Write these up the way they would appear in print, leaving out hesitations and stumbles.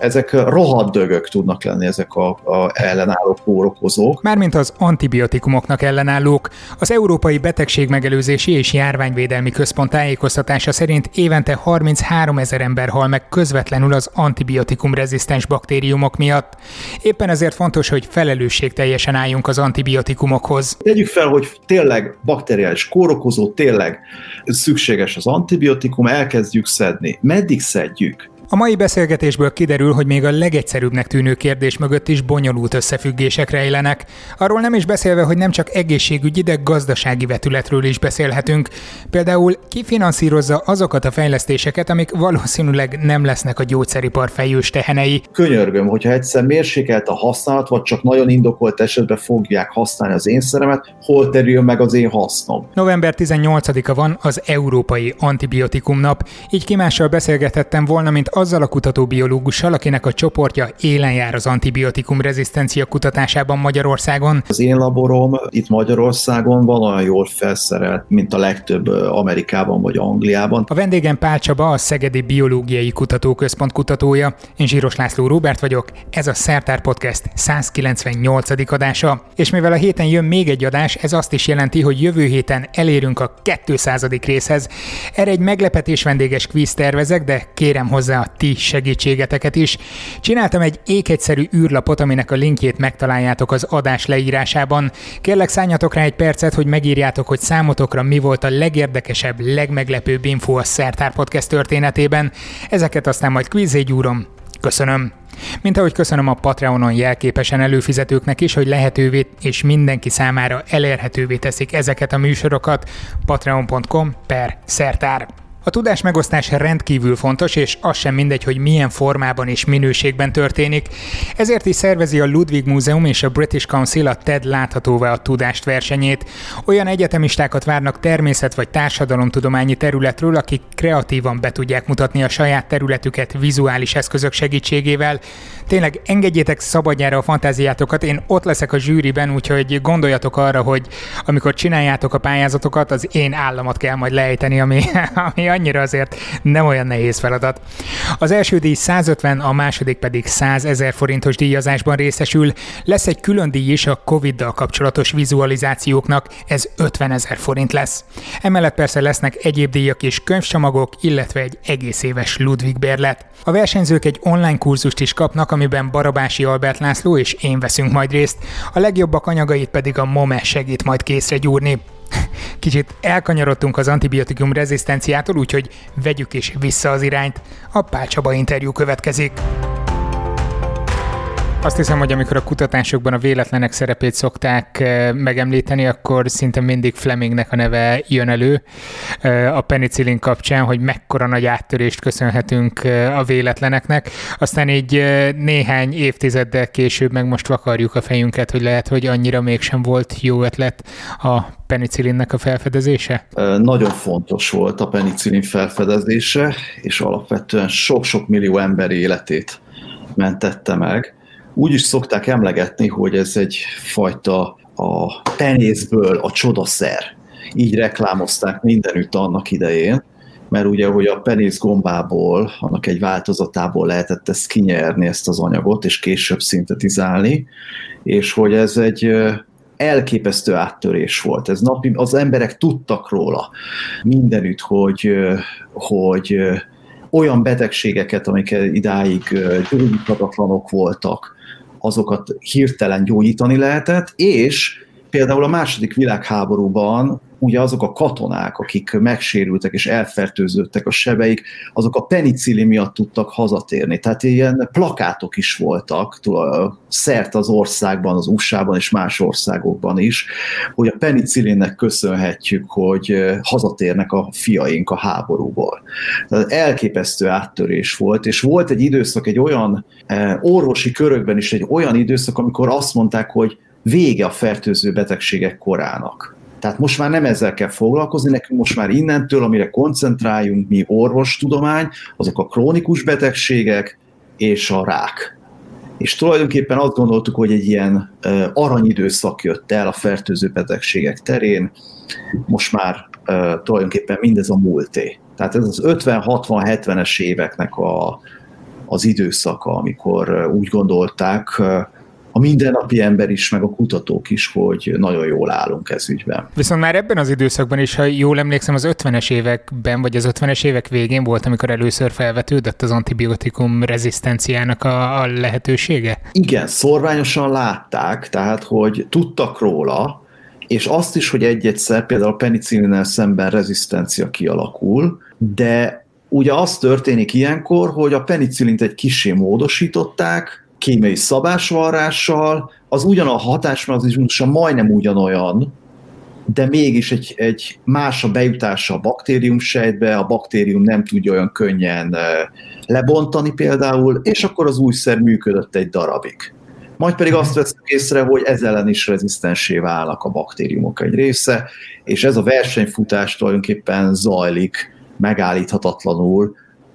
ezek rohadt dögök tudnak lenni, ezek a ellenálló kórokozók. Mármint az antibiotikumoknak ellenállók. Az Európai Betegségmegelőzési és Járványvédelmi Központ tájékoztatása szerint évente 33 000 ember hal meg közvetlenül az antibiotikum-rezisztens baktériumok miatt. Éppen ezért fontos, hogy felelősségteljesen álljunk az antibiotikumokhoz. Tegyük fel, hogy tényleg bakteriális kórokozó, tényleg szükséges az antibiotikum, elkezdjük szedni. Meddig szedjük? A mai beszélgetésből kiderül, hogy még a legegyszerűbbnek tűnő kérdés mögött is bonyolult összefüggések rejlenek. Arról nem is beszélve, hogy nem csak egészségügyi, de gazdasági vetületről is beszélhetünk. Például ki finanszírozza azokat a fejlesztéseket, amik valószínűleg nem lesznek a gyógyszeripar fejős tehenei. Könyörgöm, hogyha egyszer mérsékelt a használat, vagy csak nagyon indokolt esetben fogják használni az én szeremet, hol terül meg az én hasznom. November 18-a van az Európai Antibiotikum Nap, így ki mással beszélgethettem volna, mint azzal a kutatóbiológussal, akinek a csoportja élen jár az antibiotikum rezisztencia kutatásában Magyarországon. Az én laborom itt Magyarországon van olyan jól felszerelt, mint a legtöbb Amerikában vagy Angliában. A vendégem Pál Csaba, a Szegedi Biológiai Kutatóközpont kutatója. Én Zsíros László Róbert vagyok, ez a Szertár Podcast 198. adása. És mivel a héten jön még egy adás, ez azt is jelenti, hogy jövő héten elérünk a 200. részhez. Erre egy meglepetés vendéges kvíz tervezek, de kérem hozzá a ti segítségeteket is. Csináltam egy ékegyszerű űrlapot, aminek a linkjét megtaláljátok az adás leírásában. Kérlek, szálljatok rá egy percet, hogy megírjátok, hogy számotokra mi volt a legérdekesebb, legmeglepőbb info a Szertár Podcast történetében. Ezeket aztán majd kvízzé gyúrom. Köszönöm! Mint ahogy köszönöm a Patreonon jelképesen előfizetőknek is, hogy lehetővé és mindenki számára elérhetővé teszik ezeket a műsorokat. patreon.com/szertár. A tudás megosztás rendkívül fontos, és az sem mindegy, hogy milyen formában és minőségben történik. Ezért is szervezi a Ludwig Múzeum és a British Council a TED láthatóvá a tudást versenyét. Olyan egyetemistákat várnak természet- vagy társadalomtudományi területről, akik kreatívan be tudják mutatni a saját területüket vizuális eszközök segítségével. Tényleg engedjétek szabadjára a fantáziátokat, én ott leszek a zsűriben, úgyhogy gondoljatok arra, hogy amikor csináljátok a pályázatokat, az én államat kell majd lejteni, ami annyira azért nem olyan nehéz feladat. Az első díj 150, a második pedig 100 000 forintos díjazásban részesül. Lesz egy külön díj is a Covid-dal kapcsolatos vizualizációknak, ez 50 000 forint lesz. Emellett persze lesznek egyéb díjak is, könyvcsomagok, illetve egy egész éves Ludwig bérlet. A versenyzők egy online kurzust is kapnak, amiben Barabási Albert László és én veszünk majd részt. A legjobbak anyagait pedig a MOME segít majd készre gyúrni. Kicsit elkanyarodtunk az antibiotikum rezisztenciától, úgyhogy vegyük is vissza az irányt. A Pál Csaba interjú következik. Azt hiszem, hogy amikor a kutatásokban a véletlenek szerepét szokták megemlíteni, akkor szinte mindig Flemingnek a neve jön elő a penicillin kapcsán, hogy mekkora nagy áttörést köszönhetünk a véletleneknek. Aztán így néhány évtizeddel később meg most vakarjuk a fejünket, hogy lehet, hogy annyira mégsem volt jó ötlet a penicillinnek a felfedezése? Nagyon fontos volt a penicillin felfedezése, és alapvetően sok-sok millió ember életét mentette meg. Úgy is szokták emlegetni, hogy ez egyfajta a penészből a csodaszer. Így reklámozták mindenütt annak idején, mert ugye, hogy a penész gombából, annak egy változatából lehetett ezt kinyerni, ezt az anyagot, és később szintetizálni, és hogy ez egy elképesztő áttörés volt. Az emberek tudtak róla mindenütt, hogy olyan betegségeket, amik idáig gyógyíthatatlanok voltak, azokat hirtelen gyógyítani lehetett, és például a II. Világháborúban ugye azok a katonák, akik megsérültek és elfertőződtek a sebeik, azok a penicillin miatt tudtak hazatérni. Tehát ilyen plakátok is voltak szerte az országban, az USA-ban és más országokban is, hogy a penicillinnek köszönhetjük, hogy hazatérnek a fiaink a háborúból. Tehát elképesztő áttörés volt, és volt egy időszak, egy olyan orvosi körökben is egy olyan időszak, amikor azt mondták, hogy vége a fertőző betegségek korának. Tehát most már nem ezzel kell foglalkozni, nekünk most már innentől, amire koncentráljunk mi orvostudomány, azok a krónikus betegségek és a rák. És tulajdonképpen azt gondoltuk, hogy egy ilyen aranyidőszak jött el a fertőző betegségek terén, most már tulajdonképpen mindez a múlté. Tehát ez az 50-60-70-es éveknek az időszaka, amikor úgy gondolták a mindennapi ember is, meg a kutatók is, hogy nagyon jól állunk ez ügyben. Viszont már ebben az időszakban is, ha jól emlékszem, az 50-es években, vagy az 50-es évek végén volt, amikor először felvetődött az antibiotikum rezisztenciának a lehetősége? Igen, szorványosan látták, tehát, hogy tudtak róla, és azt is, hogy egy-egyszer például a penicillinnel szemben rezisztencia kialakul, de ugye az történik ilyenkor, hogy a penicillint egy kissé módosították, kémiai szabásvarrással, az ugyan a hatásmechanizmusa majdnem ugyanolyan, de mégis egy más a bejutása a baktériumsejtbe, a baktérium nem tudja olyan könnyen lebontani például, és akkor az újszer működött egy darabig. Majd pedig azt veszünk észre, hogy ez ellen is rezisztensé válnak a baktériumok egy része, és ez a versenyfutás tulajdonképpen zajlik megállíthatatlanul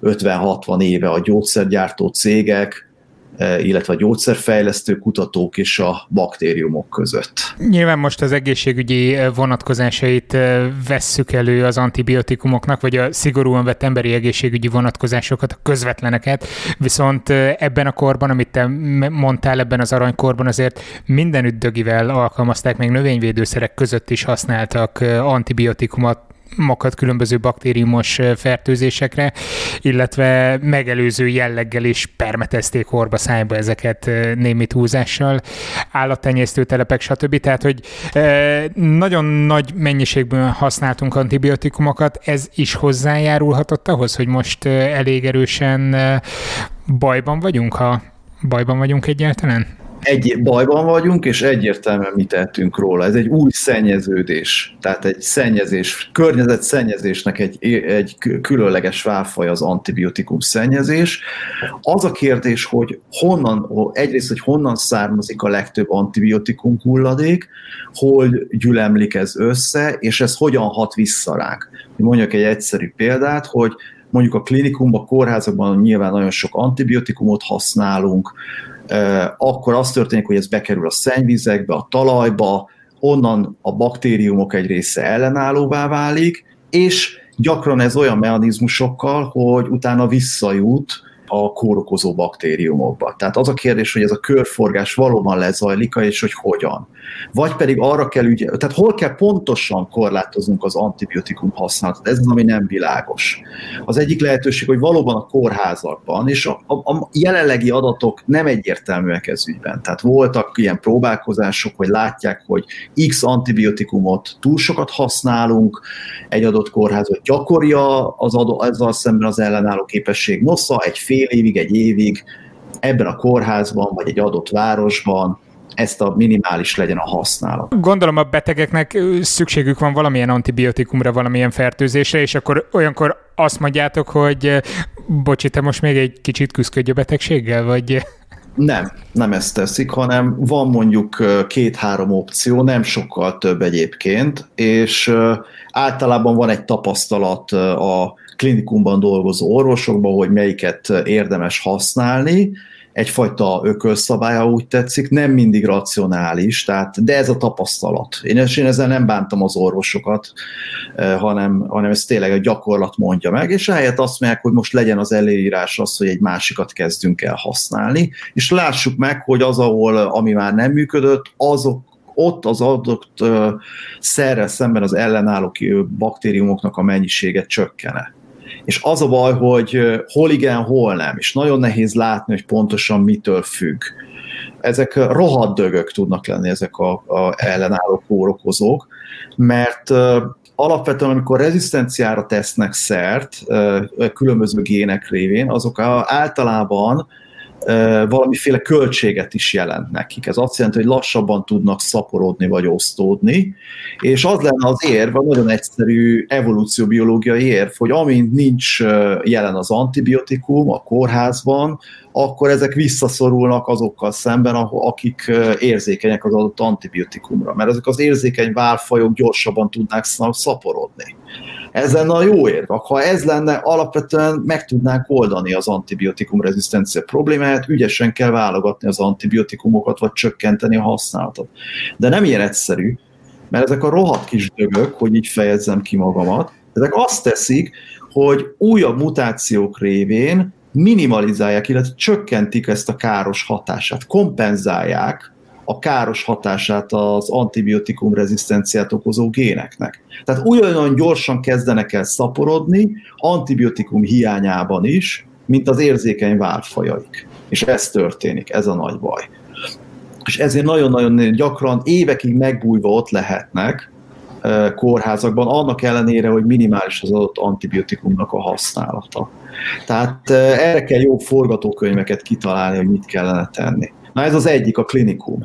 50-60 éve a gyógyszergyártó cégek, illetve a gyógyszerfejlesztő kutatók és a baktériumok között. Nyilván most az egészségügyi vonatkozásait vesszük elő az antibiotikumoknak, vagy a szigorúan vett emberi egészségügyi vonatkozásokat, a közvetleneket, viszont ebben a korban, amit te mondtál, ebben az aranykorban azért mindenütt dögivel alkalmazták, még növényvédőszerek között is használtak antibiotikumot, különböző baktériumos fertőzésekre, illetve megelőző jelleggel is permetezték orba szájba ezeket némi túlzással, állattenyésztő telepek, stb. Tehát, hogy nagyon nagy mennyiségben használtunk antibiotikumokat, ez is hozzájárulhatott ahhoz, hogy most elég erősen bajban vagyunk, ha bajban vagyunk egyáltalán? Bajban vagyunk, és egyértelműen mit tettünk róla. Ez egy új szennyeződés, tehát egy szennyezés, környezetszennyezésnek egy különleges válfaj az antibiotikum szennyezés. Az a kérdés, hogy honnan származik a legtöbb antibiotikum hulladék, hol gyülemlik ez össze, és ez hogyan hat vissza ránk. Mondjak egy egyszerű példát, hogy mondjuk a klinikumban, kórházakban nyilván nagyon sok antibiotikumot használunk, akkor az történik, hogy ez bekerül a szennyvizekbe, a talajba, onnan a baktériumok egy része ellenállóvá válik, és gyakran ez olyan mechanizmusokkal, hogy utána visszajut a kórokozó baktériumokba. Tehát az a kérdés, hogy ez a körforgás valóban lezajlik, és hogy hogyan. Vagy pedig arra kell tehát hol kell pontosan korlátoznunk az antibiotikum használatot, ez az, ami nem világos. Az egyik lehetőség, hogy valóban a kórházakban, és a jelenlegi adatok nem egyértelműek ez ügyben. Tehát voltak ilyen próbálkozások, hogy látják, hogy X antibiotikumot túl sokat használunk, egy adott kórházban gyakori ezzel szemben az ellenálló képesség, nosza egy fél évig, egy évig ebben a kórházban, vagy egy adott városban ezt a minimális legyen a használat. Gondolom a betegeknek szükségük van valamilyen antibiotikumra, valamilyen fertőzésre, és akkor olyankor azt mondjátok, hogy bocsi, te most még egy kicsit küzdködj a betegséggel, vagy... Nem ezt teszik, hanem van mondjuk 2-3 opció, nem sokkal több egyébként, és általában van egy tapasztalat a klinikumban dolgozó orvosokban, hogy melyiket érdemes használni, egyfajta ökölszabály, ha úgy tetszik, nem mindig racionális, de ez a tapasztalat. Én ezzel nem bántam az orvosokat, hanem ez tényleg a gyakorlat mondja meg, és ehelyett azt mondják, hogy most legyen az előírás az, hogy egy másikat kezdünk el használni, és lássuk meg, hogy az, ami már nem működött, ott az adott szerrel szemben az ellenálló baktériumoknak a mennyisége csökkene. És az a baj, hogy hol igen, hol nem, és nagyon nehéz látni, hogy pontosan mitől függ. Ezek rohadt dögök tudnak lenni, ezek a ellenálló kórokozók, mert alapvetően, amikor rezisztenciára tesznek szert különböző gének révén, azok általában valamiféle költséget is jelent nekik. Ez azt jelenti, hogy lassabban tudnak szaporodni vagy osztódni, és az lenne az érv, a nagyon egyszerű evolúcióbiológiai érv, hogy amint nincs jelen az antibiotikum a kórházban, akkor ezek visszaszorulnak azokkal szemben, akik érzékenyek az adott antibiotikumra, mert ezek az érzékeny válfajok gyorsabban tudnák szaporodni. Ez lenne a jó érv. Ha ez lenne, alapvetően meg tudnánk oldani az antibiotikum rezisztencia problémáját, ügyesen kell válogatni az antibiotikumokat, vagy csökkenteni a használatot. De nem ilyen egyszerű, mert ezek a rohadt kis dögök, hogy így fejezzem ki magamat, ezek azt teszik, hogy újabb mutációk révén minimalizálják, illetve csökkentik ezt a káros hatását, kompenzálják a káros hatását az antibiotikum rezisztenciát okozó géneknek. Tehát olyan gyorsan kezdenek el szaporodni, antibiotikum hiányában is, mint az érzékeny válfajaik. És ez történik, ez a nagy baj. És ezért nagyon-nagyon gyakran évekig megbújva ott lehetnek kórházakban, annak ellenére, hogy minimális az adott antibiotikumnak a használata. Tehát erre kell jó forgatókönyveket kitalálni, hogy mit kellene tenni. Na ez az egyik, a klinikum.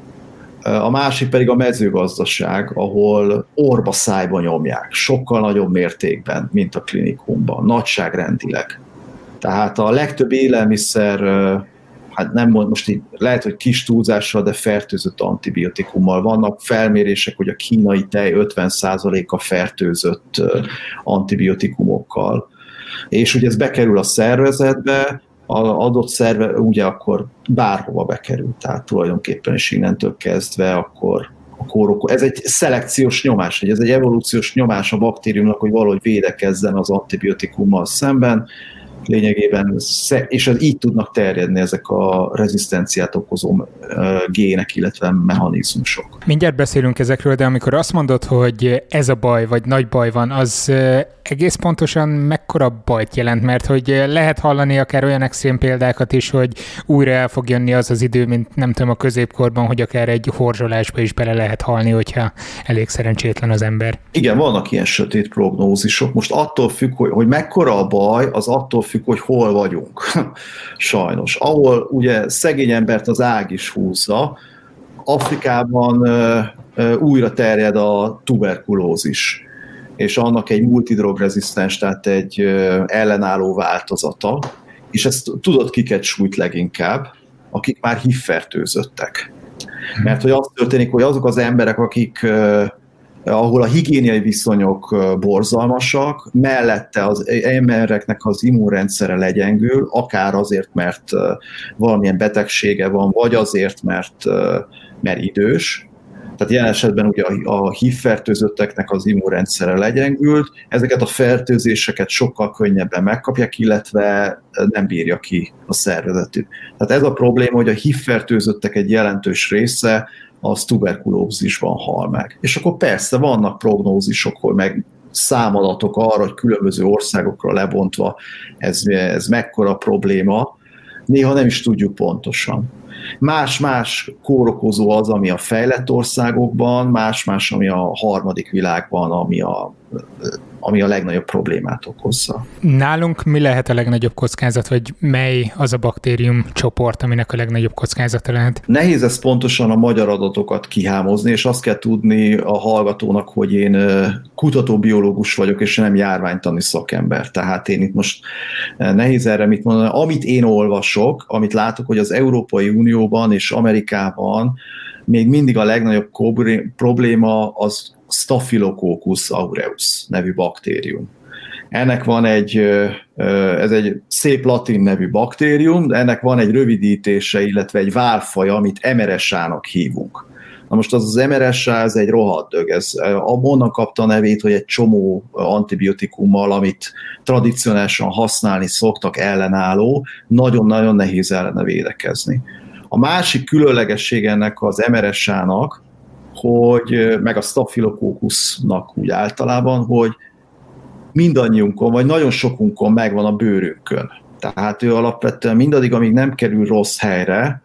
A másik pedig a mezőgazdaság, ahol orba szájba nyomják, sokkal nagyobb mértékben, mint a klinikumban, nagyságrendileg. Tehát a legtöbb élelmiszer, hát nem mond, most így lehet, hogy kis túlzással, de fertőzött antibiotikummal vannak. Felmérések, hogy a kínai tej 50%-a fertőzött antibiotikumokkal. És hogy ez bekerül a szervezetbe, az adott szerve ugye akkor bárhova bekerül. Tehát tulajdonképpen is innentől kezdve akkor ez egy szelekciós nyomás, ez egy evolúciós nyomás a baktériumnak, hogy valahogy védekezzen az antibiotikummal szemben, lényegében, és így tudnak terjedni ezek a rezisztenciát okozó gének, illetve mechanizmusok. Mindjárt beszélünk ezekről, de amikor azt mondod, hogy ez a baj, vagy nagy baj van, az egész pontosan mekkora bajt jelent, mert hogy lehet hallani akár olyan extrém példákat is, hogy újra el fog jönni az az idő, mint nem tudom a középkorban, hogy akár egy horzsolásba is bele lehet halni, hogyha elég szerencsétlen az ember. Igen, vannak ilyen sötét prognózisok. Most attól függ, hogy mekkora a baj, az attól függ, hogy hol vagyunk. Sajnos. Ahol ugye szegény embert az ág is húzza, Afrikában újra terjed a tuberkulózis, és annak egy multidrogrezisztens, tehát egy ellenálló változata, és ezt tudod, kiket sújt leginkább, akik már HIV-fertőzöttek. Mert hogy az történik, hogy azok az emberek, ahol a higiéniai viszonyok borzalmasak, mellette az embereknek az immunrendszere legyengül, akár azért, mert valamilyen betegsége van, vagy azért, mert idős. Tehát jelen esetben ugye a HIV-fertőzötteknek az immunrendszere legyengült, ezeket a fertőzéseket sokkal könnyebben megkapják, illetve nem bírja ki a szervezetük. Tehát ez a probléma, hogy a HIV-fertőzöttek egy jelentős része az tuberkulózisban hal meg. És akkor persze vannak prognózisok, hogy meg számadatok arra, hogy különböző országokra lebontva ez mekkora probléma, néha nem is tudjuk pontosan. Más-más kórokozó az, ami a fejlett országokban, más-más, ami a harmadik világban, ami a legnagyobb problémát okozza. Nálunk mi lehet a legnagyobb kockázat, vagy mely az a baktérium csoport, aminek a legnagyobb kockázata lehet? Nehéz ezt pontosan a magyar adatokat kihámozni, és azt kell tudni a hallgatónak, hogy én kutatóbiológus vagyok, és nem járványtani szakember. Tehát én itt most nehéz erre mit mondani. Amit én olvasok, amit látok, hogy az Európai Unióban és Amerikában még mindig a legnagyobb probléma az Staphylococcus aureus nevű baktérium. Ennek van ez egy szép latin nevű baktérium, de ennek van egy rövidítése, illetve egy válfaja, amit MRSA-nak hívunk. Na most az MRSA, ez egy rohadt dög, ez onnan kapta a nevét, hogy egy csomó antibiotikummal, amit tradicionálisan használni szoktak, ellenálló, nagyon-nagyon nehéz ellene védekezni. A másik különlegesség ennek az MRSA-nak, hogy meg a Staphylococcusnak úgy általában, hogy mindannyiunkon, vagy nagyon sokunkon megvan a bőrünkön. Tehát ő alapvetően mindaddig, amíg nem kerül rossz helyre,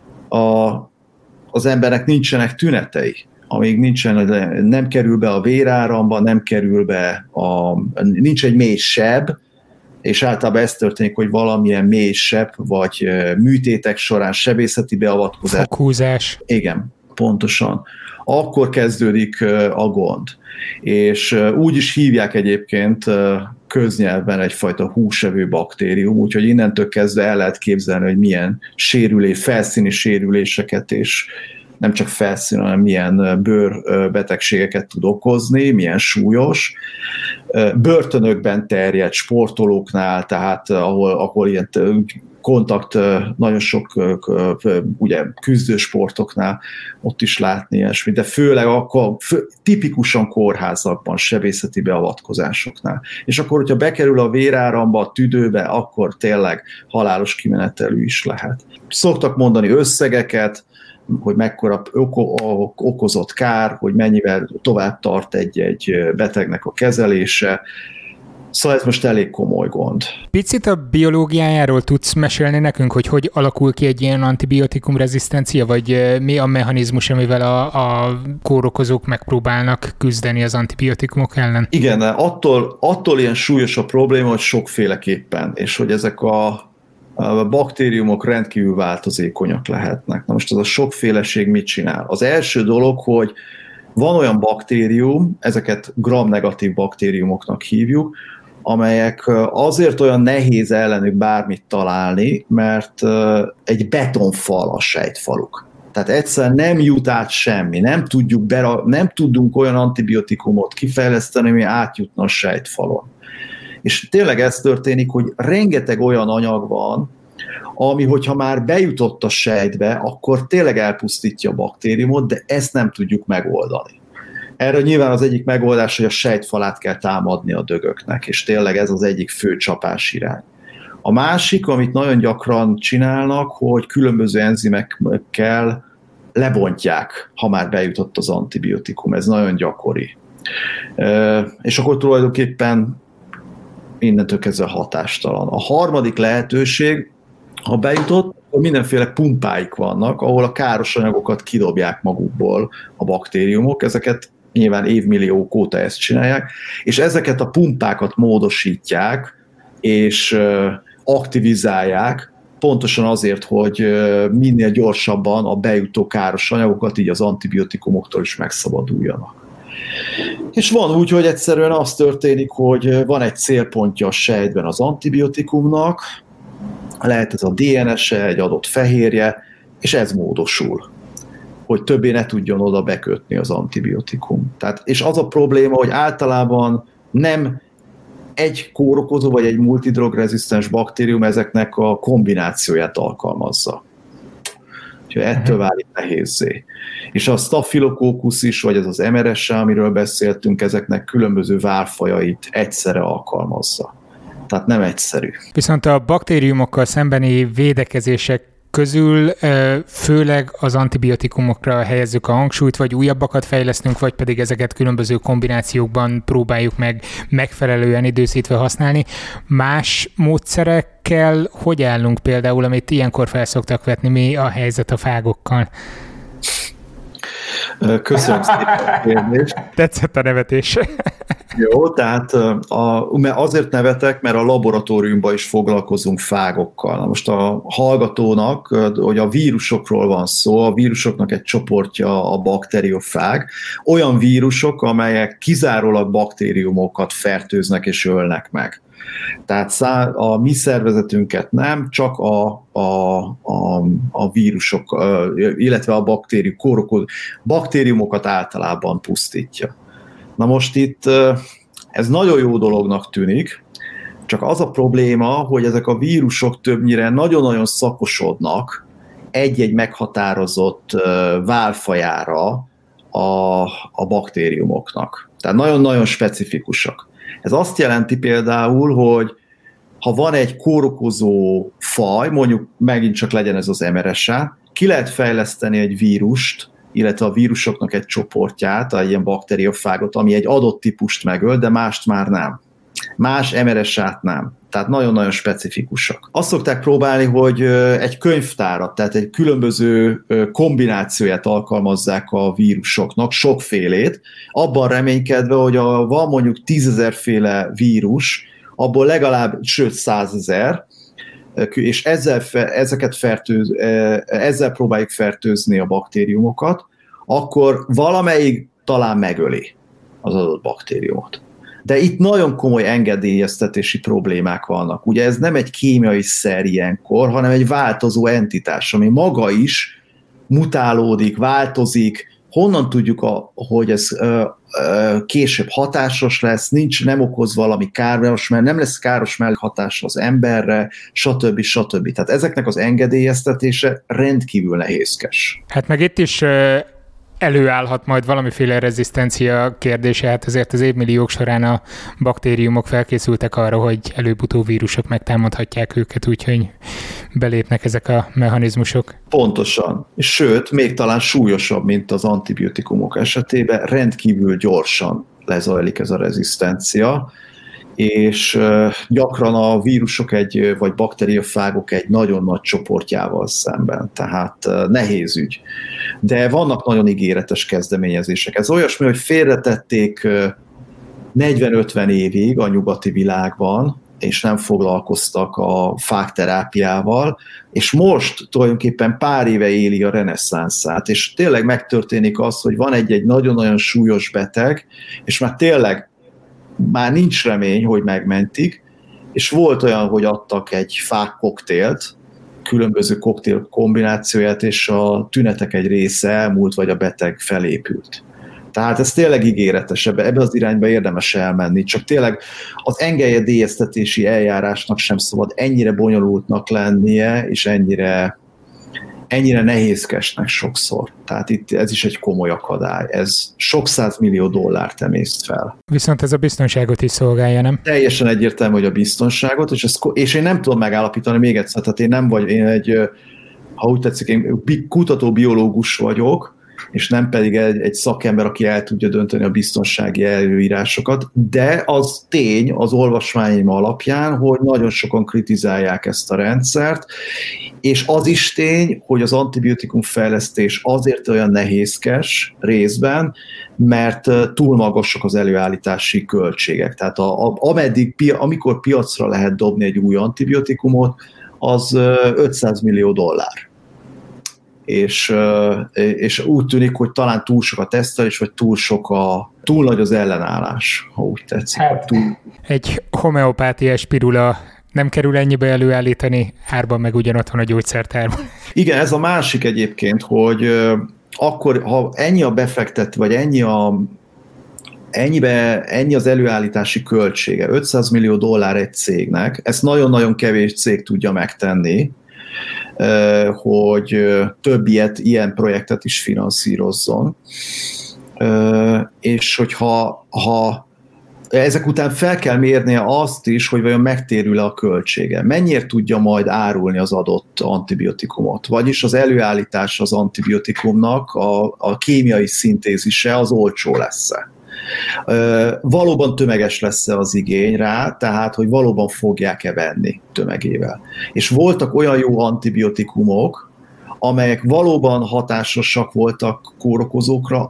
az embernek nincsenek tünetei. Amíg nem kerül be a véráramba, nem kerül be nincs egy mély seb, és általában ez történik, hogy valamilyen mély seb, vagy műtétek során sebészeti beavatkozás. Foghúzás. Igen, pontosan. Akkor kezdődik a gond. És úgy is hívják egyébként köznyelvben egyfajta húsevő baktérium, úgyhogy innentől kezdve el lehet képzelni, hogy milyen felszíni sérüléseket és nem csak felszín, hanem milyen bőrbetegségeket tud okozni, milyen súlyos. Börtönökben terjed, sportolóknál, tehát ahol ilyen kontakt nagyon sok ugye küzdősportoknál ott is látni ilyesmi, de főleg akkor tipikusan kórházakban, sebészeti beavatkozásoknál. És akkor, hogyha bekerül a véráramba, a tüdőbe, akkor tényleg halálos kimenetelű is lehet. Szoktak mondani összegeket, hogy mekkora okozott kár, hogy mennyivel tovább tart egy betegnek a kezelése. Szóval ez most elég komoly gond. Picit a biológiájáról tudsz mesélni nekünk, hogy alakul ki egy ilyen antibiotikum rezisztencia, vagy mi a mechanizmus, amivel a kórokozók megpróbálnak küzdeni az antibiotikumok ellen? Igen, attól ilyen súlyos a probléma, hogy sokféleképpen, és hogy ezek a baktériumok rendkívül változékonyak lehetnek. Na most az a sokféleség mit csinál? Az első dolog, hogy van olyan baktérium, ezeket gram-negatív baktériumoknak hívjuk, amelyek azért olyan nehéz ellenük bármit találni, mert egy betonfal a sejtfaluk. Tehát egyszerűen nem jut át semmi, nem tudunk olyan antibiotikumot kifejleszteni, ami átjutna a sejtfalon. És tényleg ez történik, hogy rengeteg olyan anyag van, ami, hogyha már bejutott a sejtbe, akkor tényleg elpusztítja a baktériumot, de ezt nem tudjuk megoldani. Erre nyilván az egyik megoldás, hogy a sejtfalát kell támadni a dögöknek, és tényleg ez az egyik fő csapás irány. A másik, amit nagyon gyakran csinálnak, hogy különböző enzimekkel lebontják, ha már bejutott az antibiotikum. Ez nagyon gyakori. És akkor tulajdonképpen innentől kezdve hatástalan. A harmadik lehetőség, ha bejutott, akkor mindenféle pumpáik vannak, ahol a káros anyagokat kidobják magukból a baktériumok, ezeket nyilván évmilliók óta ezt csinálják, és ezeket a pumpákat módosítják, és aktivizálják, pontosan azért, hogy minél gyorsabban a bejutó káros anyagokat, így az antibiotikumoktól is megszabaduljanak. És van úgy, hogy egyszerűen az történik, hogy van egy célpontja a sejtben az antibiotikumnak, lehet ez a DNS-e, egy adott fehérje, és ez módosul, hogy többé ne tudjon oda bekötni az antibiotikum. Tehát, és az a probléma, hogy általában nem egy kórokozó vagy egy multidrogrezisztens baktérium ezeknek a kombinációját alkalmazza. Úgyhogy ettől válik nehézzé. És a Staphylococcus is, vagy ez az MRSA, amiről beszéltünk, ezeknek különböző várfajait egyszerre alkalmazza. Tehát nem egyszerű. Viszont a baktériumokkal szembeni védekezések közül főleg az antibiotikumokra helyezzük a hangsúlyt, vagy újabbakat fejlesztünk, vagy pedig ezeket különböző kombinációkban próbáljuk meg megfelelően időszítve használni. Más módszerekkel hogy állunk például, amit ilyenkor fel szoktak vetni, mi a helyzet a fágokkal? Köszönöm szépen a kérdést. Tetszett a nevetés. Jó, tehát azért nevetek, mert a laboratóriumban is foglalkozunk fágokkal. Na most a hallgatónak, hogy a vírusokról van szó, a vírusoknak egy csoportja a bakteriofág, olyan vírusok, amelyek kizárólag baktériumokat fertőznek és ölnek meg. Tehát a mi szervezetünket nem, csak a vírusok, illetve a baktériumokat általában pusztítja. Na most itt ez nagyon jó dolognak tűnik, csak az a probléma, hogy ezek a vírusok többnyire nagyon-nagyon szakosodnak egy-egy meghatározott válfajára a baktériumoknak. Tehát nagyon-nagyon specifikusak. Ez azt jelenti például, hogy ha van egy kórokozó faj, mondjuk megint csak legyen ez az MRSA, ki lehet fejleszteni egy vírust, illetve a vírusoknak egy csoportját, egy ilyen bakteriofágot, ami egy adott típust megöl, de mást már nem. Más MRSA-t nem. Tehát nagyon-nagyon specifikusak. Azt szokták próbálni, hogy egy könyvtárat, tehát egy különböző kombinációját alkalmazzák a vírusoknak, sokfélét, abban reménykedve, hogy van mondjuk 10 000 féle vírus, abból legalább, sőt 100 000, és ezzel próbáljuk fertőzni a baktériumokat, akkor valamelyik talán megöli az adott baktériumot. De itt nagyon komoly engedélyeztetési problémák vannak. Ugye ez nem egy kémiai szer ilyenkor, hanem egy változó entitás, ami maga is mutálódik, változik, honnan tudjuk, hogy ez később hatásos lesz, nem okoz valami káros, mert nem lesz káros mellékhatás az emberre, stb. Tehát ezeknek az engedélyeztetése rendkívül nehézkes. Hát meg itt is előállhat majd valamiféle rezisztencia kérdése, hát azért az évmilliók során a baktériumok felkészültek arra, hogy előbb-utóbb vírusok megtámadhatják őket, úgyhogy belépnek ezek a mechanizmusok. Pontosan. Sőt, még talán súlyosabb, mint az antibiotikumok esetében, rendkívül gyorsan lezajlik ez a rezisztencia, és gyakran a vírusok vagy bakteriafágok egy nagyon nagy csoportjával szemben, tehát nehéz ügy. De vannak nagyon ígéretes kezdeményezések. Ez olyasmi, hogy félretették 40-50 évig a nyugati világban, és nem foglalkoztak a fákterápiával, és most tulajdonképpen pár éve éli a reneszánszát, és tényleg megtörténik az, hogy van egy nagyon-nagyon súlyos beteg, és már nincs remény, hogy megmentik, és volt olyan, hogy adtak egy fák koktélt, különböző koktél kombinációját, és a tünetek egy része elmúlt, vagy a beteg felépült. Tehát ez tényleg ígéretes, ebbe az irányba érdemes elmenni, csak tényleg az engedélyeztetési eljárásnak sem szabad ennyire bonyolultnak lennie, és ennyire nehézkesnek sokszor. Tehát itt ez is egy komoly akadály. Ez sok $100 millió emészt fel. Viszont ez a biztonságot is szolgálja, nem? Teljesen egyértelmű, hogy a biztonságot, és én nem tudom megállapítani még egyszer, tehát én egy, ha úgy tetszik, én kutatóbiológus vagyok, és nem pedig egy szakember, aki el tudja dönteni a biztonsági előírásokat, de az tény az olvasmányaim alapján, hogy nagyon sokan kritizálják ezt a rendszert, és az is tény, hogy az antibiotikum fejlesztés azért olyan nehézkes részben, mert túl magasak az előállítási költségek. Tehát amikor piacra lehet dobni egy új antibiotikumot, az $500 millió. És úgy tűnik, hogy talán túl sok a tesztelés, vagy túl nagy az ellenállás, ha úgy tetszik. Egy homeopátiás spirula nem kerül ennyibe előállítani, árban meg ugyanott van a gyógyszertárban. Igen, ez a másik egyébként, hogy akkor, ha ennyi a befektet, vagy ennyi az előállítási költsége, $500 millió egy cégnek, ezt nagyon-nagyon kevés cég tudja megtenni, hogy több ilyen projektet is finanszírozzon. És hogyha ezek után fel kell mérnie azt is, hogy vajon megtérül-e a költsége. Mennyire tudja majd árulni az adott antibiotikumot. Vagyis az előállítás az antibiotikumnak, a kémiai szintézise az olcsó lesz-e. Valóban tömeges lesz-e az igény rá, tehát, hogy valóban fogják-e venni tömegével. És voltak olyan jó antibiotikumok, amelyek valóban hatásosak voltak kórokozókra,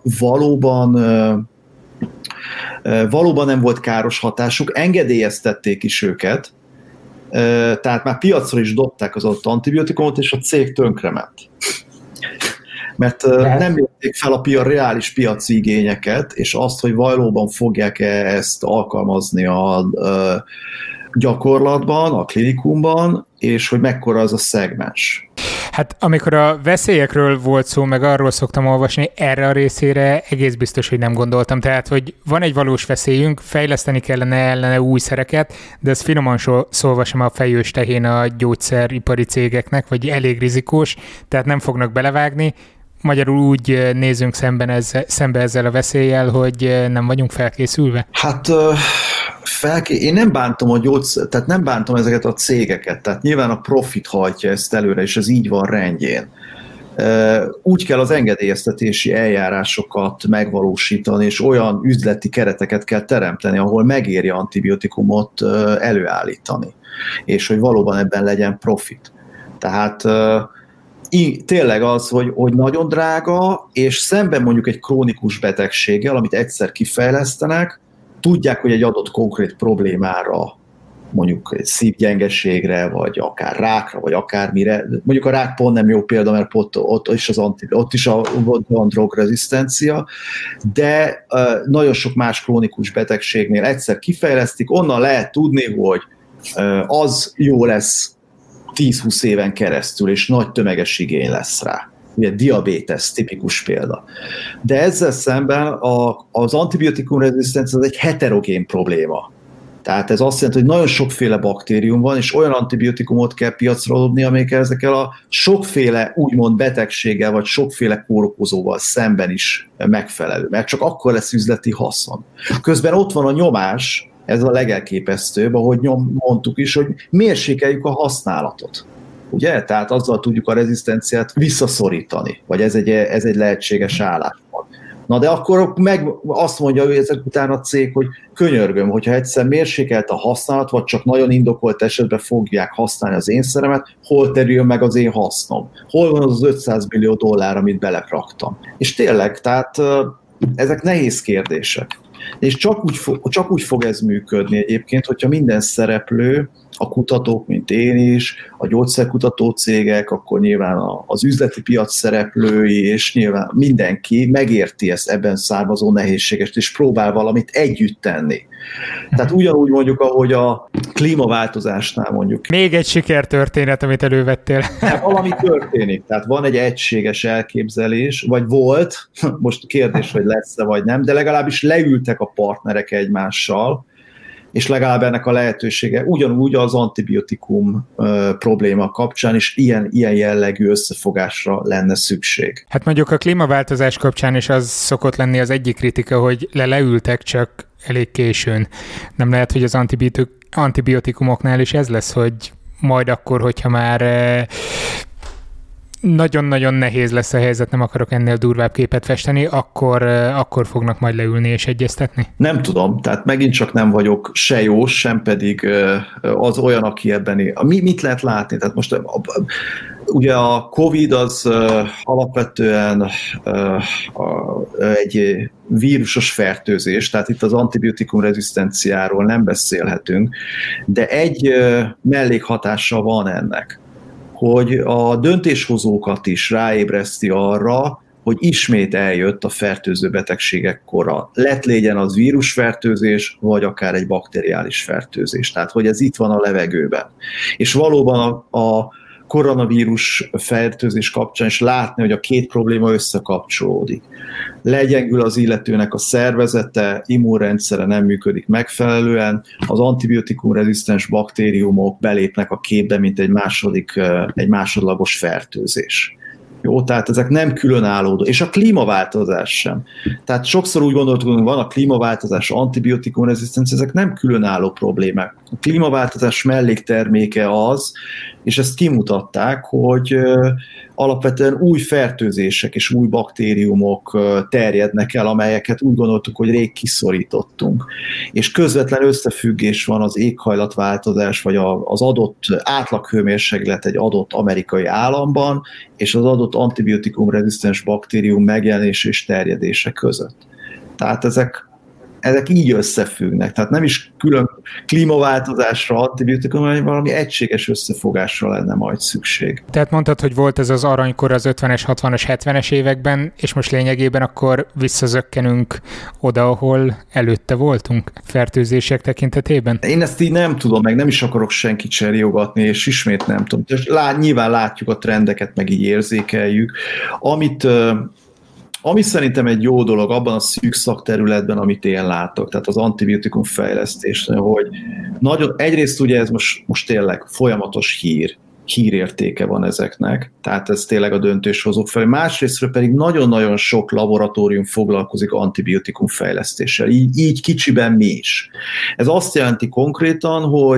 valóban nem volt káros hatásuk, engedélyeztették is őket, tehát már piacra is dobták az adott antibiotikumot, és a cég tönkrement. Mert nem mérték fel a reális piaci igényeket, és azt, hogy valóban fogják-e ezt alkalmazni a gyakorlatban, a klinikumban, és hogy mekkora az a szegmens. Hát amikor a veszélyekről volt szó, meg arról szoktam olvasni, erre a részére egész biztos, hogy nem gondoltam. Tehát, hogy van egy valós veszélyünk, fejleszteni kellene ellene új szereket, de ez finoman szólva sem a fejős tehén a gyógyszeripari cégeknek, vagy elég rizikós, tehát nem fognak belevágni. Magyarul úgy nézünk szembe ezzel a veszéllyel, hogy nem vagyunk felkészülve? Hát én nem bántom tehát nem bántom ezeket a cégeket, tehát nyilván a profit hajtja ezt előre, és ez így van rendjén. Úgy kell az engedélyeztetési eljárásokat megvalósítani, és olyan üzleti kereteket kell teremteni, ahol megéri antibiotikumot előállítani, és hogy valóban ebben legyen profit. Tehát tényleg az, hogy nagyon drága, és szemben mondjuk egy krónikus betegséggel, amit egyszer kifejlesztenek, tudják, hogy egy adott konkrét problémára, mondjuk egy szívgyengeségre, vagy akár rákra, vagy akármire, mondjuk a rák pont nem jó példa, mert ott is van drogrezisztencia, de nagyon sok más krónikus betegségnél egyszer kifejlesztik, onnan lehet tudni, hogy az jó lesz 10-20 éven keresztül, és nagy tömeges igény lesz rá. ugye diabétesz, tipikus példa. De ezzel szemben az antibiotikum rezisztencia az egy heterogén probléma. Tehát ez azt jelenti, hogy nagyon sokféle baktérium van, és olyan antibiotikumot kell piacra dobni, amelyekkel ezekkel a sokféle úgymond betegséggel, vagy sokféle kórokozóval szemben is megfelelő, mert csak akkor lesz üzleti haszon. Közben ott van a nyomás, ez a legelképesztőbb, ahogy mondtuk is, hogy mérsékeljük a használatot. Ugye? Tehát azzal tudjuk a rezisztenciát visszaszorítani, vagy ez egy lehetséges álláspont. Na de akkor meg azt mondja ő ezek után a cég, hogy könyörgöm, hogyha egyszer mérsékelt a használat, vagy csak nagyon indokolt esetben fogják használni az én szeremet, hol terül meg az én hasznom? Hol van az $500 millió, amit belekraktam? És tényleg, tehát ezek nehéz kérdések. És csak úgy fog ez működni egyébként, hogyha minden szereplő, a kutatók, mint én is, a gyógyszerkutató cégek, akkor nyilván az üzleti piac szereplői, és nyilván mindenki megérti ezt ebben származó nehézségest, és próbál valamit együtt tenni. Tehát ugyanúgy mondjuk, ahogy a klímaváltozásnál mondjuk. Még egy sikertörténet, amit elővettél. Valami történik, tehát van egy egységes elképzelés, vagy volt, most a kérdés, hogy lesz-e vagy nem, de legalábbis leültek a partnerek egymással, és legalább ennek a lehetősége ugyanúgy az antibiotikum probléma kapcsán is ilyen jellegű összefogásra lenne szükség. Hát mondjuk a klímaváltozás kapcsán is az szokott lenni az egyik kritika, hogy leültek csak elég későn. Nem lehet, hogy az antibiotikumoknál is ez lesz, hogy majd akkor, hogyha már nagyon-nagyon nehéz lesz a helyzet, nem akarok ennél durvább képet festeni, akkor fognak majd leülni és egyeztetni? Nem tudom, tehát megint csak nem vagyok se jó, sem pedig az olyan, aki ebben él. Mit lehet látni? Tehát most ugye a Covid az alapvetően egy vírusos fertőzés, tehát itt az antibiotikum rezisztenciáról nem beszélhetünk, de egy mellékhatása van ennek, hogy a döntéshozókat is ráébreszti arra, hogy ismét eljött a fertőző betegségek kora. Légyen az vírusfertőzés, vagy akár egy bakteriális fertőzés. Tehát, hogy ez itt van a levegőben. És valóban a koronavírus fertőzés kapcsán is látni, hogy a két probléma összekapcsolódik. Legyengül az illetőnek a szervezete, immunrendszere nem működik megfelelően, az antibiotikum-rezisztens baktériumok belépnek a képbe, mint egy másodlagos fertőzés. Jó, tehát ezek nem különálló, és a klímaváltozás sem. Tehát sokszor úgy gondoltuk, hogy van a klímaváltozás, antibiotikum-rezisztencia, ezek nem különálló problémák. A klímaváltozás mellékterméke az, és ezt kimutatták, hogy alapvetően új fertőzések és új baktériumok terjednek el, amelyeket úgy gondoltuk, hogy rég kiszorítottunk. És közvetlen összefüggés van az éghajlatváltozás, vagy az adott átlaghőmérséklet egy adott amerikai államban, és az adott antibiotikum-rezisztens baktérium megjelenése és terjedése között. Tehát ezek így összefüggnek. Tehát nem is külön klímaváltozásra, antibiotikum, hanem valami egységes összefogásra lenne majd szükség. Tehát mondtad, hogy volt ez az aranykor az 50-es, 60-as, 70-es években, és most lényegében akkor visszazökkenünk oda, ahol előtte voltunk fertőzések tekintetében? Én ezt így nem tudom, meg nem is akarok senkit serjogatni, és ismét nem tudom. Nyilván látjuk a trendeket, meg így érzékeljük. Ami szerintem egy jó dolog abban a szűk szakterületben, amit én látok, tehát az antibiotikum fejlesztés, hogy egyrészt ugye ez most tényleg folyamatos hírértéke van ezeknek, tehát ez tényleg a döntéshozók felé. Másrésztről pedig nagyon-nagyon sok laboratórium foglalkozik antibiotikum fejlesztéssel, így kicsiben mi is. Ez azt jelenti konkrétan, hogy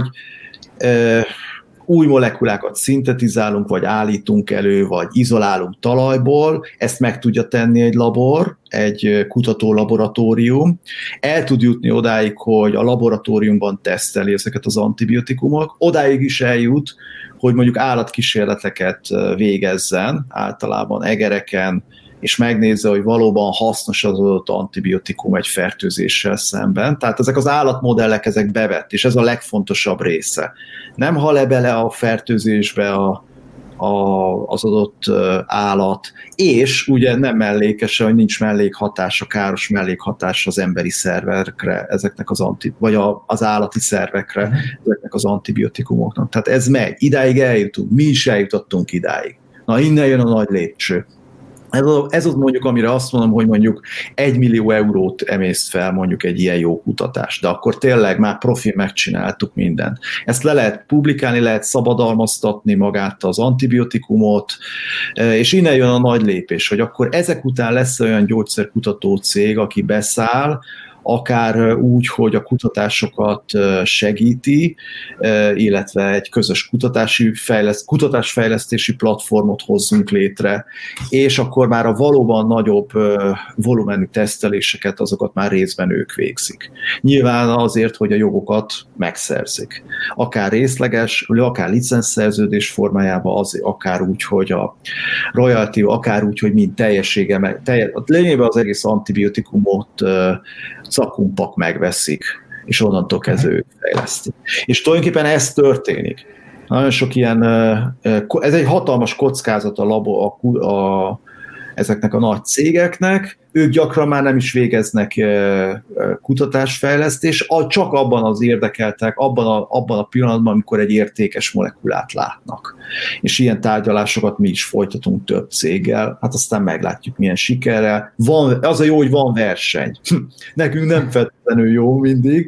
új molekulákat szintetizálunk, vagy állítunk elő, vagy izolálunk talajból, ezt meg tudja tenni egy labor, egy kutató laboratórium. El tud jutni odáig, hogy a laboratóriumban teszteli ezeket az antibiotikumok, odáig is eljut, hogy mondjuk állatkísérleteket végezzen, általában egereken, és megnézze, hogy valóban hasznos az adott antibiotikum egy fertőzéssel szemben. Tehát ezek az állatmodellek, ezek bevett, és ez a legfontosabb része. Nem hal le bele a fertőzésbe az adott állat, és ugye nem mellékese, hogy nincs mellékhatása, káros mellékhatása az emberi szervekre, ezeknek vagy az állati szervekre, ezeknek az antibiotikumoknak. Tehát ez megy, idáig eljutunk, mi is eljutottunk idáig. Na, innen jön a nagy lépcső. Ez az mondjuk, amire azt mondom, hogy mondjuk 1 millió eurót emészt fel mondjuk egy ilyen jó kutatás, de akkor tényleg már profi megcsináltuk mindent. Ezt le lehet publikálni, lehet szabadalmaztatni magát az antibiotikumot, és innen jön a nagy lépés, hogy akkor ezek után lesz olyan gyógyszerkutató cég, aki beszáll, akár úgy, hogy a kutatásokat segíti, illetve egy közös kutatásfejlesztési platformot hozzunk létre, és akkor már a valóban nagyobb volumenű teszteléseket, azokat már részben ők végzik. Nyilván azért, hogy a jogokat megszerzik. Akár részleges, akár licenszerződés formájában, akár úgy, hogy a royalty, akár úgy, hogy mind teljessége, lényegében az egész antibiotikumot szakumpak megveszik, és onnantól kezdve ők fejlesztik. És tulajdonképpen ez történik. Nagyon sok ilyen, ez egy hatalmas kockázat ezeknek a nagy cégeknek, ők gyakran már nem is végeznek kutatásfejlesztés, csak abban az érdekeltek, abban a pillanatban, amikor egy értékes molekulát látnak. És ilyen tárgyalásokat mi is folytatunk több céggel, hát aztán meglátjuk, milyen sikerrel. Az a jó, hogy van verseny. Nekünk nem feltétlenül jó mindig,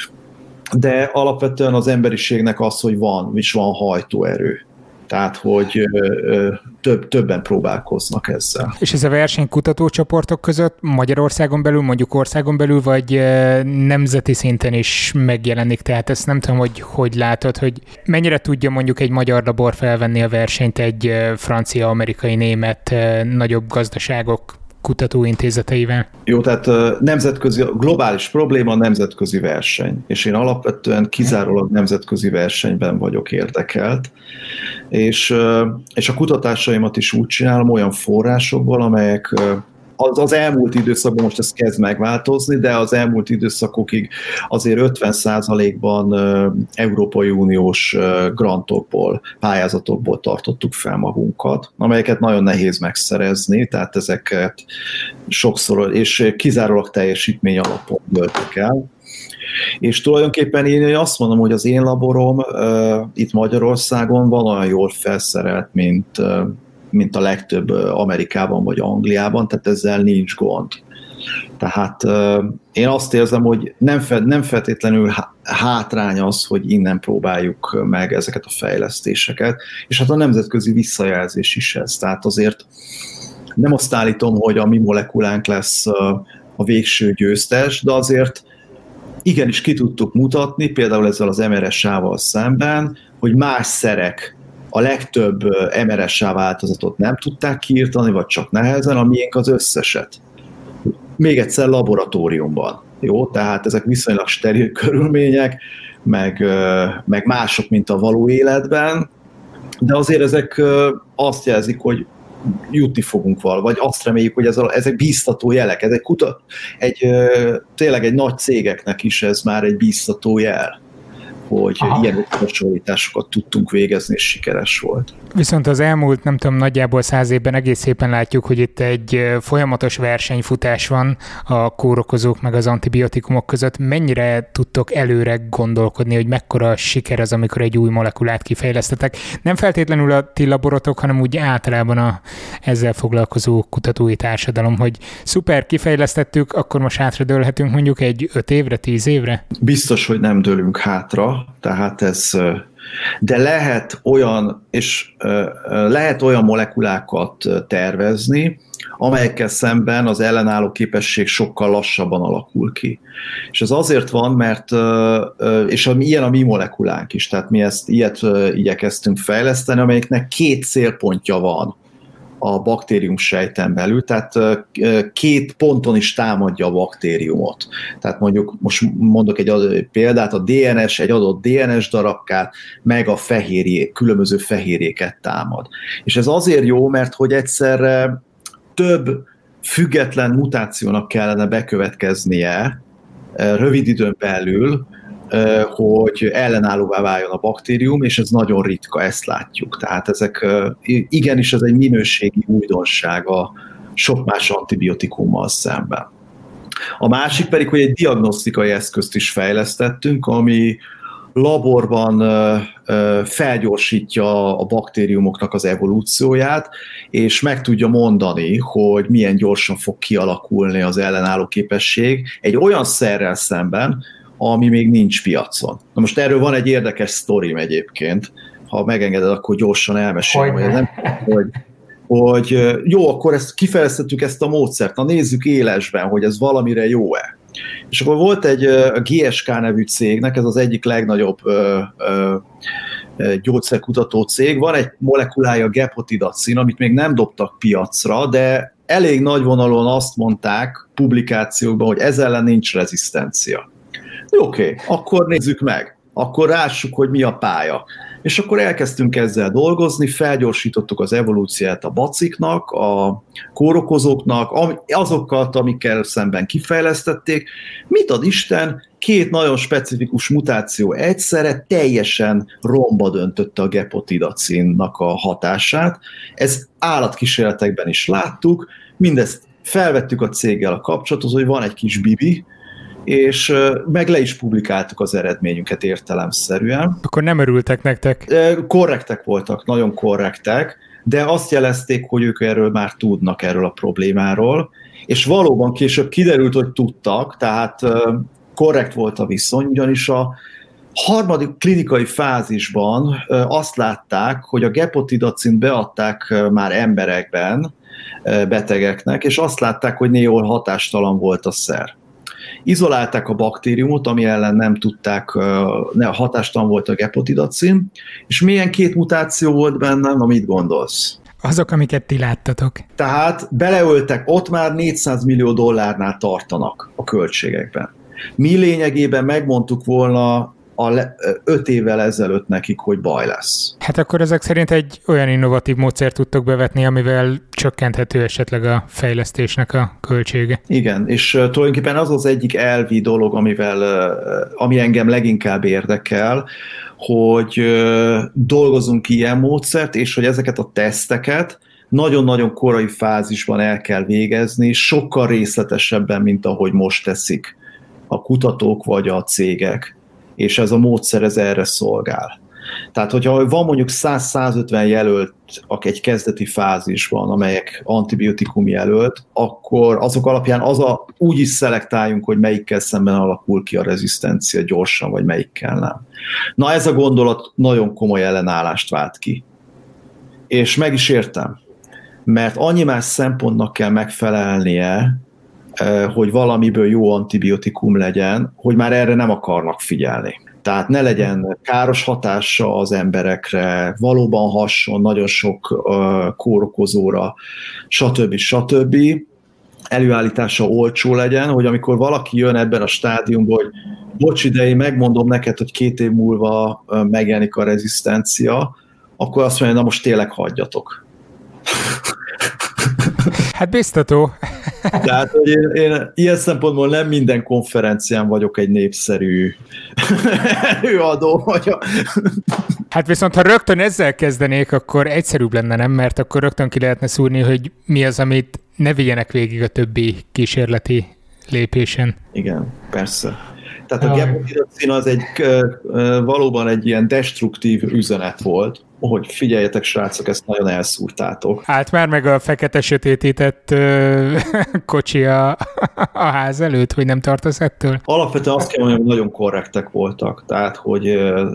de alapvetően az emberiségnek az, hogy van hajtóerő. Tehát, hogy többen próbálkoznak ezzel. És ez a verseny kutatócsoportok között Magyarországon belül, mondjuk országon belül, vagy nemzeti szinten is megjelenik? Tehát ezt nem tudom, hogy látod, hogy mennyire tudja mondjuk egy magyar labor felvenni a versenyt egy francia, amerikai, német nagyobb gazdaságok kutatóintézeteivel? Jó, tehát nemzetközi, globális probléma a nemzetközi verseny, és én alapvetően kizárólag nemzetközi versenyben vagyok érdekelt, és a kutatásaimat is úgy csinálom olyan forrásokból, amelyek az elmúlt időszakban, most ez kezd megváltozni, de az elmúlt időszakokig azért 50%-ban Európai Uniós grantokból, pályázatokból tartottuk fel magunkat, amelyeket nagyon nehéz megszerezni, tehát ezeket sokszor, és kizárólag teljesítmény alapon döltek el. És tulajdonképpen én azt mondom, hogy az én laborom itt Magyarországon van olyan jól felszerelt, mint a legtöbb Amerikában vagy Angliában, tehát ezzel nincs gond. Tehát én azt érzem, hogy nem feltétlenül hátrány az, hogy innen próbáljuk meg ezeket a fejlesztéseket, és hát a nemzetközi visszajelzés is ez. Tehát azért nem azt állítom, hogy a mi molekulánk lesz a végső győztes, de azért igenis ki tudtuk mutatni, például ezzel az MRSA-val szemben, hogy más szerek a legtöbb MRSA változatot nem tudták kiírtani, vagy csak nehezen, a miénk az összeset. Még egyszer laboratóriumban. Jó, tehát ezek viszonylag steril körülmények, meg mások, mint a való életben, de azért ezek azt jelzik, hogy jutni fogunk vagy azt reméljük, hogy ezek bíztató jelek. Ez tényleg egy nagy cégeknek is ez már egy bíztató jel, hogy ilyen hasonlításokat tudtunk végezni, és sikeres volt. Viszont az elmúlt, nem tudom, nagyjából 100 évben egész szépen látjuk, hogy itt egy folyamatos versenyfutás van a kórokozók meg az antibiotikumok között. Mennyire tudtok előre gondolkodni, hogy mekkora siker az, amikor egy új molekulát kifejlesztetek? Nem feltétlenül a ti laborotok, hanem úgy általában ezzel foglalkozó kutatói társadalom, hogy szuper, kifejlesztettük, akkor most hátradőlhetünk mondjuk egy 5 évre, 10 évre? Biztos, hogy nem dőlünk hátra, tehát ez... De lehet olyan molekulákat tervezni, amelyekkel szemben az ellenálló képesség sokkal lassabban alakul ki. És ez azért van, mert és ilyen a mi molekulánk is, tehát mi ilyet igyekeztünk fejleszteni, amelyiknek 2 célpontja van a baktérium sejten belül, tehát 2 ponton is támadja a baktériumot. Tehát mondjuk, most mondok egy példát, egy adott DNS darabkát, meg a különböző fehérjéket támad. És ez azért jó, mert hogy egyszerre több független mutációnak kellene bekövetkeznie rövid időn belül, hogy ellenállóvá váljon a baktérium, és ez nagyon ritka, ezt látjuk. Tehát igenis ez egy minőségi újdonság a sok más antibiotikummal szemben. A másik pedig, hogy egy diagnosztikai eszközt is fejlesztettünk, laborban felgyorsítja a baktériumoknak az evolúcióját, és meg tudja mondani, hogy milyen gyorsan fog kialakulni az ellenálló képesség egy olyan szerrel szemben, ami még nincs piacon. Na most erről van egy érdekes sztorim egyébként, ha megengeded, akkor gyorsan elmesélem, hogy jó, akkor kifejlesztettük ezt a módszert, na nézzük élesben, hogy ez valamire jó-e. És akkor volt egy GSK nevű cégnek, ez az egyik legnagyobb gyógyszerkutató cég, van egy molekulája gepotidacin, amit még nem dobtak piacra, de elég nagyvonalon azt mondták publikációkban, hogy ez ellen nincs rezisztencia. Oké, akkor nézzük meg, akkor lássuk, hogy mi a pálya. És akkor elkezdtünk ezzel dolgozni, felgyorsítottuk az evolúciát a baciknak, a kórokozóknak, azokkal, amikkel szemben kifejlesztették. Mit ad Isten, 2 nagyon specifikus mutáció egyszerre teljesen romba döntötte a gepotidacinnak a hatását. Ez állatkísérletekben is láttuk, mindezt felvettük a céggel a kapcsolatot, hogy van egy kis bibi, és meg le is publikáltuk az eredményünket értelemszerűen. Akkor nem örültek nektek? Korrektek voltak, nagyon korrektek, de azt jelezték, hogy ők erről már tudnak, erről a problémáról, és valóban később kiderült, hogy tudtak, tehát korrekt volt a viszony, ugyanis a harmadik klinikai fázisban azt látták, hogy a gepotidacint beadták már emberekben, betegeknek, és azt látták, hogy néhol hatástalan volt a szer. Izolálták a baktériumot, ami ellen nem tudták, hatástalan volt a gepotidacin, és milyen 2 mutáció volt benne, na mit gondolsz? Azok, amiket ti láttatok. Tehát beleöltek, ott már $400 millió tartanak a költségekben. Mi lényegében megmondtuk volna 5 évvel ezelőtt nekik, hogy baj lesz. Hát akkor ezek szerint egy olyan innovatív módszert tudtok bevetni, amivel csökkenthető esetleg a fejlesztésnek a költsége. Igen, és tulajdonképpen az az egyik elvi dolog, ami engem leginkább érdekel, hogy dolgozunk ilyen módszert, és hogy ezeket a teszteket nagyon-nagyon korai fázisban el kell végezni, sokkal részletesebben, mint ahogy most teszik a kutatók vagy a cégek. És ez a módszer ez erre szolgál. Tehát, hogyha van mondjuk 100-150 jelölt egy kezdeti fázisban, amelyek antibiotikum jelölt, akkor azok alapján úgy is szelektáljunk, hogy melyikkel szemben alakul ki a rezisztencia gyorsan, vagy melyikkel nem. Na ez a gondolat nagyon komoly ellenállást vált ki. És meg is értem, mert annyi más szempontnak kell megfelelnie, hogy valamiből jó antibiotikum legyen, hogy már erre nem akarnak figyelni. Tehát ne legyen káros hatása az emberekre, valóban hasson nagyon sok kórokozóra, stb. Előállítása olcsó legyen, hogy amikor valaki jön ebben a stádiumban, hogy bocs, de én megmondom neked, hogy 2 év múlva megjelenik a rezisztencia, akkor azt mondja, na most tényleg hagyjatok. Hát biztató. Tehát, hogy én ilyen szempontból nem minden konferencián vagyok egy népszerű előadó. Hát viszont, ha rögtön ezzel kezdenék, akkor egyszerűbb lenne, nem? Mert akkor rögtön ki lehetne szúrni, hogy mi az, amit ne vigyenek végig a többi kísérleti lépésen. Igen, persze. Tehát a gepotidacin az valóban egy ilyen destruktív üzenet volt, hogy figyeljetek, srácok, ezt nagyon elszúrtátok. Állt már meg a fekete sötétített kocsi a ház előtt, hogy nem tartasz ettől? Alapvetően azt kell mondjam, hogy nagyon korrektek voltak, tehát, hogy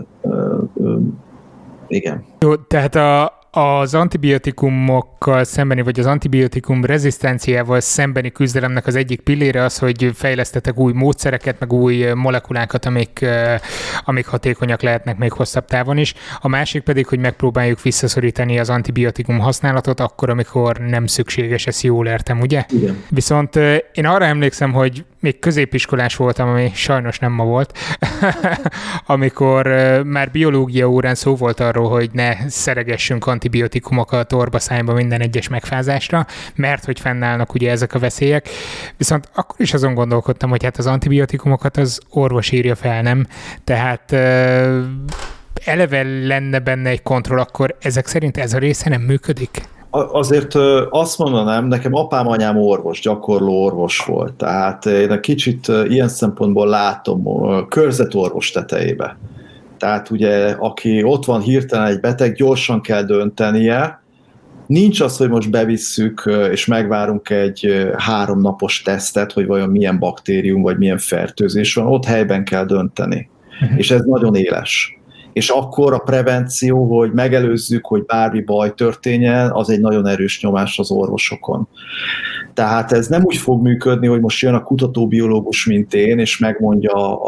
igen. Jó, tehát az antibiotikumokkal szembeni, vagy az antibiotikum rezisztenciával szembeni küzdelemnek az egyik pillére az, hogy fejlesztetek új módszereket, meg új molekulákat, amik hatékonyak lehetnek még hosszabb távon is. A másik pedig, hogy megpróbáljuk visszaszorítani az antibiotikum használatot akkor, amikor nem szükséges, ezt jól értem, ugye? Igen. Viszont én arra emlékszem, hogy még középiskolás voltam, ami sajnos nem ma volt, amikor már biológia órán szó volt arról, hogy ne szeregessünk antibiotikumokat a torbaszájba minden egyes megfázásra, mert hogy fennállnak ugye ezek a veszélyek. Viszont akkor is azon gondolkodtam, hogy hát az antibiotikumokat az orvos írja fel, nem? Tehát eleve lenne benne egy kontroll, akkor ezek szerint ez a része nem működik? Azért azt mondanám, nekem apám, anyám orvos, gyakorló orvos volt, tehát én egy kicsit ilyen szempontból látom körzetorvos tetejébe. Tehát ugye, aki ott van hirtelen egy beteg, gyorsan kell döntenie. Nincs az, hogy most bevisszük, és megvárunk egy 3 napos tesztet, hogy vajon milyen baktérium, vagy milyen fertőzés van, ott helyben kell dönteni. És ez nagyon éles. És akkor a prevenció, hogy megelőzzük, hogy bármi baj történjen, az egy nagyon erős nyomás az orvosokon. Tehát ez nem úgy fog működni, hogy most jön a kutatóbiológus, mint én, és megmondja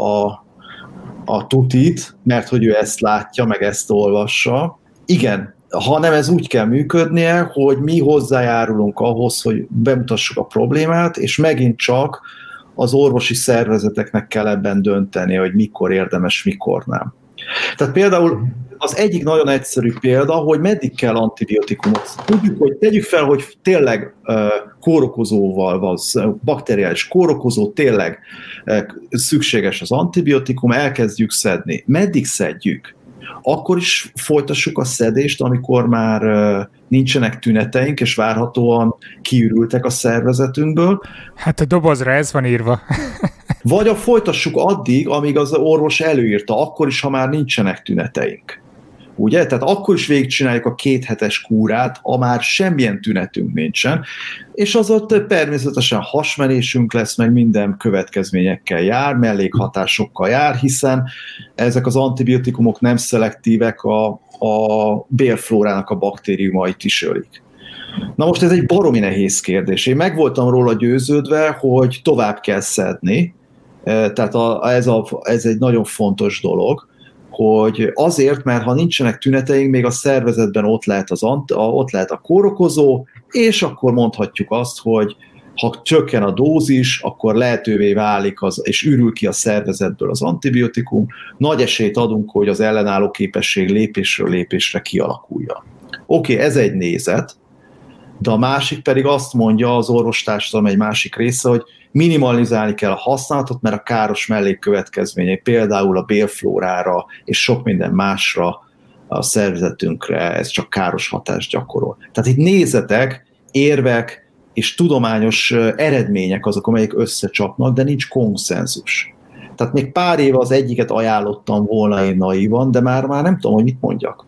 a tutit, mert hogy ő ezt látja, meg ezt olvassa. Igen, hanem ez úgy kell működnie, hogy mi hozzájárulunk ahhoz, hogy bemutassuk a problémát, és megint csak az orvosi szervezeteknek kell ebben dönteni, hogy mikor érdemes, mikor nem. Tehát például az egyik nagyon egyszerű példa, hogy meddig kell antibiotikumot. Tudjuk, hogy tegyük fel, hogy tényleg kórokozóval van, bakteriális kórokozó, tényleg szükséges az antibiotikum, elkezdjük szedni. Meddig szedjük? Akkor is folytassuk a szedést, amikor már nincsenek tüneteink, és várhatóan kiürültek a szervezetünkből. Hát a dobozra ez van írva. Vagy folytassuk addig, amíg az orvos előírta, akkor is, ha már nincsenek tüneteink. Ugye? Tehát akkor is végigcsináljuk a 2 hetes kúrát, ha már semmilyen tünetünk nincsen, és az ott természetesen hasmenésünk lesz, meg minden következményekkel jár, mellékhatásokkal jár, hiszen ezek az antibiotikumok nem szelektívek, a bélflórának a baktériumait is ölik. Na most ez egy baromi nehéz kérdés. Én meg voltam róla győződve, hogy tovább kell szedni, tehát ez egy nagyon fontos dolog, hogy azért, mert ha nincsenek tüneteink, még a szervezetben ott lehet a kórokozó, és akkor mondhatjuk azt, hogy ha csökken a dózis, akkor lehetővé válik és ürül ki a szervezetből az antibiotikum, nagy esélyt adunk, hogy az ellenálló képesség lépésről lépésre kialakuljon. Oké, ez egy nézet, de a másik pedig azt mondja az orvostársadalom egy másik része, hogy minimalizálni kell a használatot, mert a káros mellékkövetkezményei például a bélflórára és sok minden másra a szervezetünkre ez csak káros hatást gyakorol. Tehát itt nézetek, érvek és tudományos eredmények azok, amelyek összecsapnak, de nincs konszenzus. Tehát még pár éve az egyiket ajánlottam volna én naívan, de már nem tudom, hogy mit mondjak.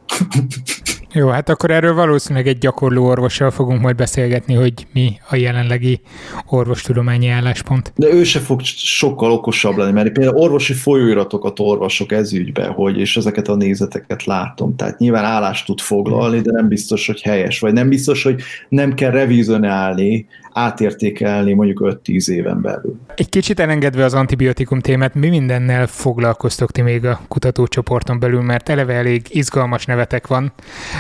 Jó, hát akkor erről valószínűleg egy gyakorló orvossal fogunk majd beszélgetni, hogy mi a jelenlegi orvostudományi álláspont. De ő se fog sokkal okosabb lenni, mert például orvosi folyóiratokat olvasok ez ügyben, és ezeket a nézeteket látom. Tehát nyilván állást tud foglalni, de nem biztos, hogy helyes, vagy nem biztos, hogy nem kell revizionálni, átértékelni mondjuk 5-10 éven belül. Egy kicsit elengedve az antibiotikum témát, mi mindennel foglalkoztok ti még a kutatócsoporton belül, mert eleve elég izgalmas nevetek van.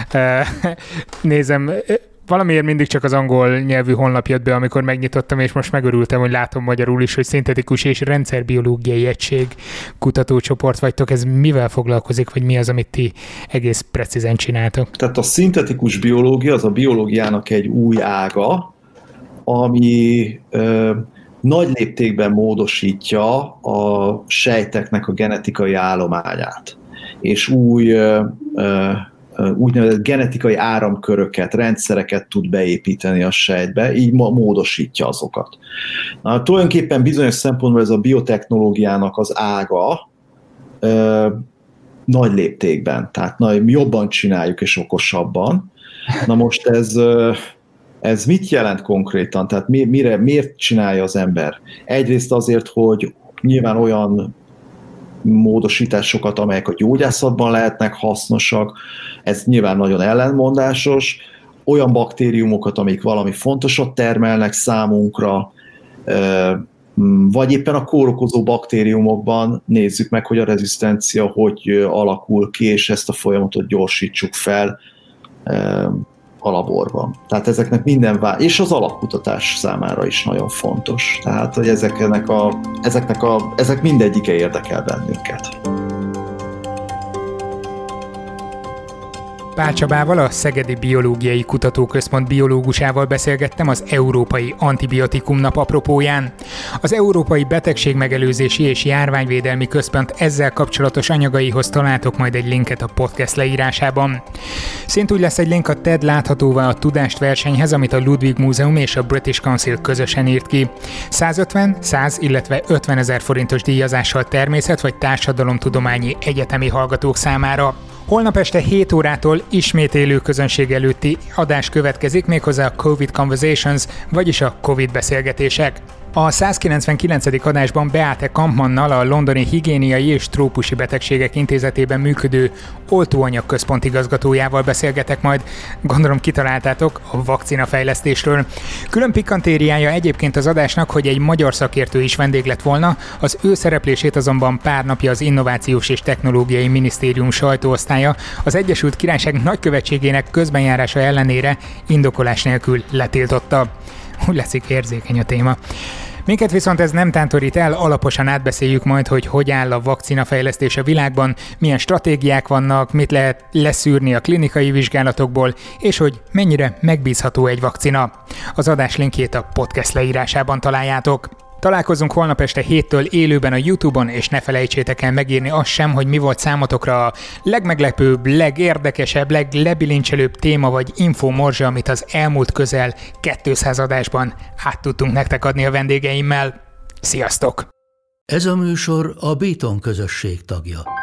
Nézem, valamiért mindig csak az angol nyelvű honlap jött be, amikor megnyitottam, és most megörültem, hogy látom magyarul is, hogy szintetikus és rendszerbiológiai egység kutatócsoport vagytok. Ez mivel foglalkozik, vagy mi az, amit ti egész precízen csináltok? Tehát a szintetikus biológia az a biológiának egy új ága, ami nagy léptékben módosítja a sejteknek a genetikai állományát, és úgynevezett genetikai áramköröket, rendszereket tud beépíteni a sejtbe, így módosítja azokat. Na, tulajdonképpen bizonyos szempontból ez a biotechnológiának az ága nagy léptékben, tehát jobban csináljuk és okosabban. Na most ez mit jelent konkrétan? Tehát miért csinálja az ember? Egyrészt azért, hogy nyilván olyan módosításokat, amelyek a gyógyászatban lehetnek hasznosak, ez nyilván nagyon ellenmondásos, olyan baktériumokat, amik valami fontosat termelnek számunkra, vagy éppen a kórokozó baktériumokban nézzük meg, hogy a rezisztencia hogy alakul ki, és ezt a folyamatot gyorsítsuk fel a laborban. Tehát ezeknek és az alapkutatás számára is nagyon fontos. Tehát, hogy ezek mindegyike érdekel bennünket. Pál Csabával, a Szegedi Biológiai Kutatóközpont biológusával beszélgettem az Európai Antibiotikum Nap apropóján. Az Európai Betegségmegelőzési és Járványvédelmi Központ ezzel kapcsolatos anyagaihoz találtok majd egy linket a podcast leírásában. Szintúgy lesz egy link a TED láthatóvá a tudást versenyhez, amit a Ludwig Múzeum és a British Council közösen írt ki. 150, 100, illetve 50 000 forintos díjazással természet- vagy társadalomtudományi egyetemi hallgatók számára. Holnap este 7 órától ismét élő közönség előtti adás következik, méghozzá a COVID Conversations, vagyis a COVID beszélgetések. A 199. adásban Beate Kampmannnal, a Londoni Higiéniai és Trópusi Betegségek Intézetében működő oltóanyag központ igazgatójával beszélgetek majd, gondolom kitaláltátok, a vakcinafejlesztésről. Külön pikantériája egyébként az adásnak, hogy egy magyar szakértő is vendég lett volna, az ő szereplését azonban pár napja az Innovációs és Technológiai Minisztérium sajtóosztálya az Egyesült Királyság nagykövetségének közbenjárása ellenére indokolás nélkül letiltotta. Úgy látszik, érzékeny a téma. Minket viszont ez nem tántorít el, alaposan átbeszéljük majd, hogy áll a vakcinafejlesztés a világban, milyen stratégiák vannak, mit lehet leszűrni a klinikai vizsgálatokból, és hogy mennyire megbízható egy vakcina. Az adás linkjét a podcast leírásában találjátok. Találkozunk holnap este 7-től élőben a YouTube-on, és ne felejtsétek el megírni azt sem, hogy mi volt számotokra a legmeglepőbb, legérdekesebb, leglebilincselőbb téma vagy infomorzsa, amit az elmúlt közel 200 adásban át tudtunk nektek adni a vendégeimmel. Sziasztok! Ez a műsor a Béton közösség tagja.